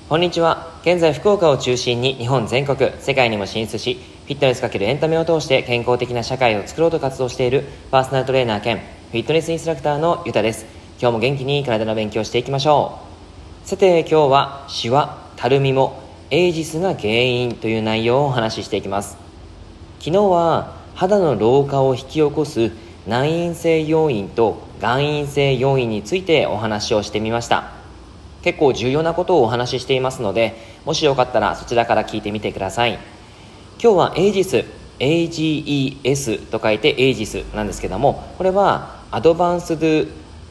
こんにちは。現在福岡を中心に日本全国、世界にも進出し、フィットネス×エンタメを通して健康的な社会を作ろうと活動しているパーソナルトレーナー兼フィットネスインストラクターのゆたです。今日も元気に体の勉強していきましょう。さて今日はシワ、たるみもエイジスが原因という内容をお話ししていきます。昨日は肌の老化を引き起こす内因性要因と外因性要因についてお話をしてみました。結構重要なことをお話ししていますので、もしよかったらそちらから聞いてみてください。今日はエイジス、AGES と書いてエイジスなんですけども、これはアドバンスドグ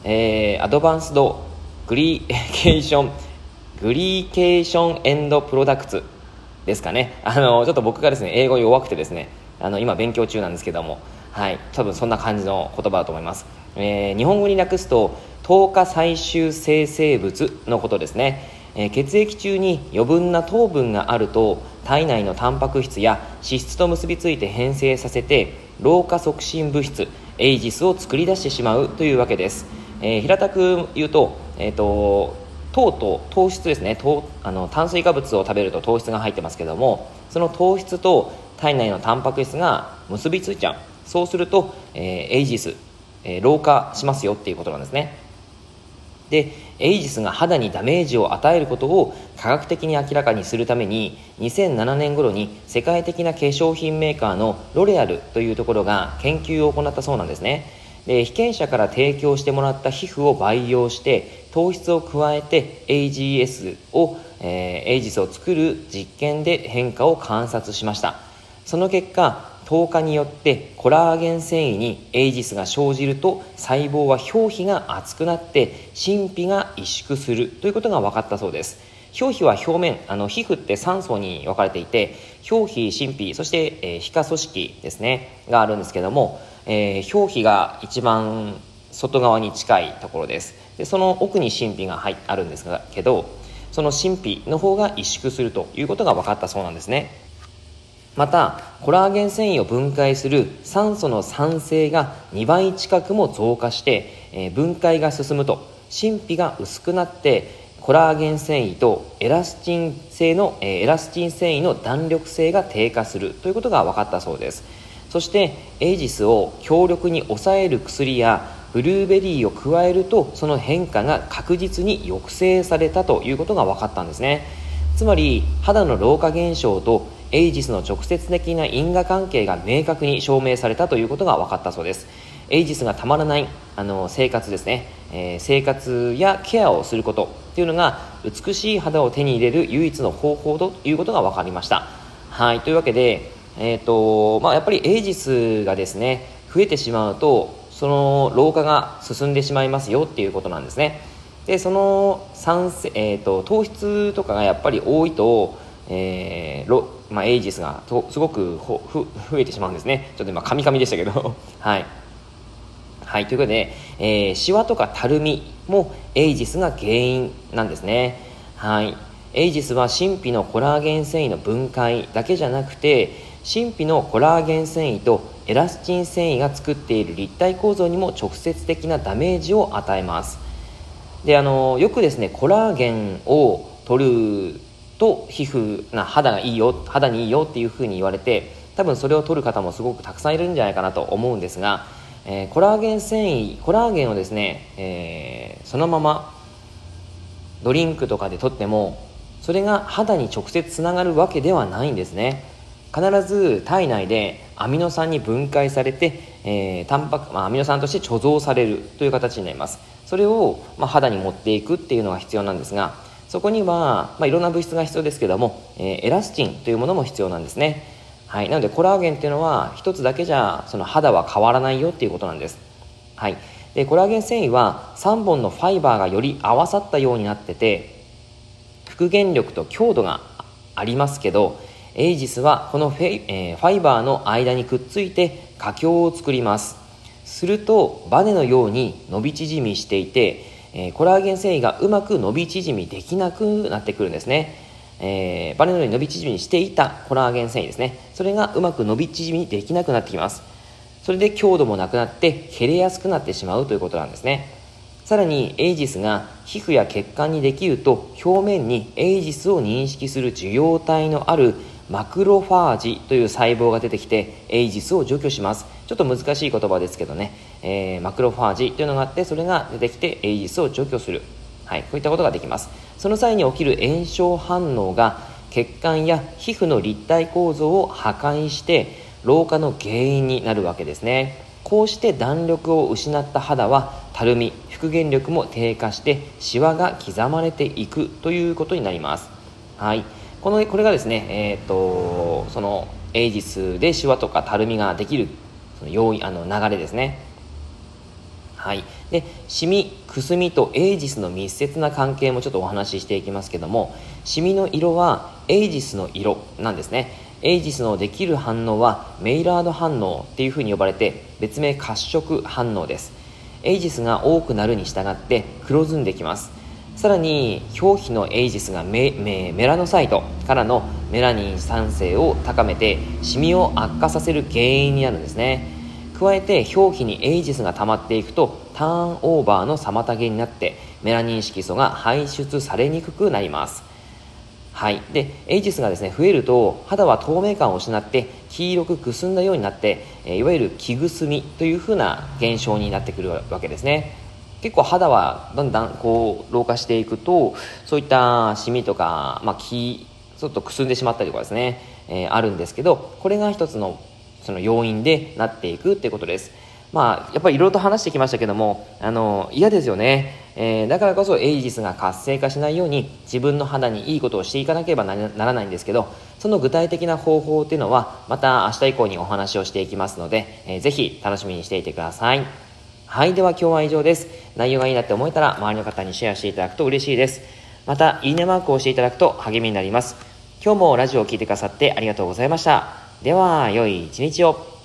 リケーションエンドプロダクツですかね。ちょっと僕がですね、英語弱くてですね、今勉強中なんですけども、多分そんな感じの言葉だと思います。日本語に訳すと糖化最終生成物のことですね。血液中に余分な糖分があると体内のタンパク質や脂質と結びついて変性させて老化促進物質エイジスを作り出してしまうというわけです。平たく言うと、糖と糖質ですね。炭水化物を食べると糖質が入ってますけども、その糖質と体内のタンパク質が結びついちゃう。そうすると、エイジス、老化しますよっていうことなんですね。で、エイジスが肌にダメージを与えることを科学的に明らかにするために2007年頃に世界的な化粧品メーカーのロレアルというところが研究を行ったそうなんですね。で、被験者から提供してもらった皮膚を培養して糖質を加えてエイジスを作る実験で変化を観察しました。その結果、糖化によってコラーゲン繊維にエイジスが生じると細胞は表皮が厚くなって真皮が萎縮するということが分かったそうです。表皮は表面、皮膚って3層に分かれていて、表皮、真皮、そして、皮下組織ですねがあるんですけども、表皮が一番外側に近いところです。で、その奥に真皮があるんですけど、その真皮の方が萎縮するということが分かったそうなんですね。またコラーゲン繊維を分解する酸素の酸性が2倍近くも増加して、分解が進むと真皮が薄くなってコラーゲン繊維とエラスチン繊維の弾力性が低下するということが分かったそうです。そしてエイジスを強力に抑える薬やブルーベリーを加えるとその変化が確実に抑制されたということが分かったんですね。つまり肌の老化現象とエイジスの直接的な因果関係が明確に証明されたということが分かったそうです。エイジスがたまらない生活ですね、生活やケアをすることというのが美しい肌を手に入れる唯一の方法ということが分かりました。というわけで、やっぱりエイジスがですね増えてしまうとその老化が進んでしまいますよっていうことなんですね。で、その糖質とかがやっぱり多いと、エイジスがすごく増えてしまうんですね。ちょっと今カミカミでしたけどということで、シワとかたるみもエイジスが原因なんですね。エイジスは真皮のコラーゲン繊維の分解だけじゃなくて、真皮のコラーゲン繊維とエラスチン繊維が作っている立体構造にも直接的なダメージを与えます。で、よくですね、コラーゲンを取ると肌にいいよっていうふうに言われて、多分それを取る方もすごくたくさんいるんじゃないかなと思うんですが、コラーゲンをですね、そのままドリンクとかで取ってもそれが肌に直接つながるわけではないんですね。必ず体内でアミノ酸に分解されて、アミノ酸として貯蔵されるという形になります。それを、肌に持っていくっていうのが必要なんですが、そこには、いろんな物質が必要ですけども、エラスチンというものも必要なんですね。なのでコラーゲンっていうのは一つだけじゃその肌は変わらないよっていうことなんです。で、コラーゲン繊維は3本のファイバーがより合わさったようになってて復元力と強度がありますけど、エイジスはこのファイバーの間にくっついて架橋を作ります。するとバネのように伸び縮みしていて、コラーゲン繊維がうまく伸び縮みできなくなってくるんですね。バネのように伸び縮みしていたコラーゲン繊維ですね、それがうまく伸び縮みできなくなってきます。それで強度もなくなって切れやすくなってしまうということなんですね。 さらにエイジスが皮膚や血管にできると、表面にエイジスを認識する受容体のあるマクロファージという細胞が出てきて、エイジスを除去します。ちょっと難しい言葉ですけどね、マクロファージというのがあって、それが出てきてエイジスを除去する、こういったことができます。その際に起きる炎症反応が血管や皮膚の立体構造を破壊して老化の原因になるわけですね。こうして弾力を失った肌はたるみ、復元力も低下してシワが刻まれていくということになります。これがですね、そのエイジスでシワとかたるみができるその要因、流れですね。で、シミ、くすみとエイジスの密接な関係もちょっとお話ししていきますけども、シミの色はエイジスの色なんですね。エイジスのできる反応はメイラード反応っていうふうに呼ばれて、別名褐色反応です。エイジスが多くなるに従って黒ずんできます。さらに表皮のエイジスがメラノサイトからのメラニン産生を高めてシミを悪化させる原因になるんですね。加えて表皮にエイジスが溜まっていくとターンオーバーの妨げになってメラニン色素が排出されにくくなります。でエイジスがですね増えると肌は透明感を失って黄色くくすんだようになって、いわゆる黄くすみというふうな現象になってくるわけですね。結構肌はだんだんこう老化していくと、そういったシミとか、ちょっとくすんでしまったりとかですね、あるんですけど、これが一つのその要因でなっていくっていうことです。やっぱりいろいろと話してきましたけども、嫌ですよね。だからこそエイジスが活性化しないように自分の肌にいいことをしていかなければならないんですけど、その具体的な方法っていうのはまた明日以降にお話をしていきますので、ぜひ楽しみにしていてください。では今日は以上です。内容がいいなって思えたら周りの方にシェアしていただくと嬉しいです。またいいねマークを押していただくと励みになります。今日もラジオを聞いてくださってありがとうございました。では良い一日を。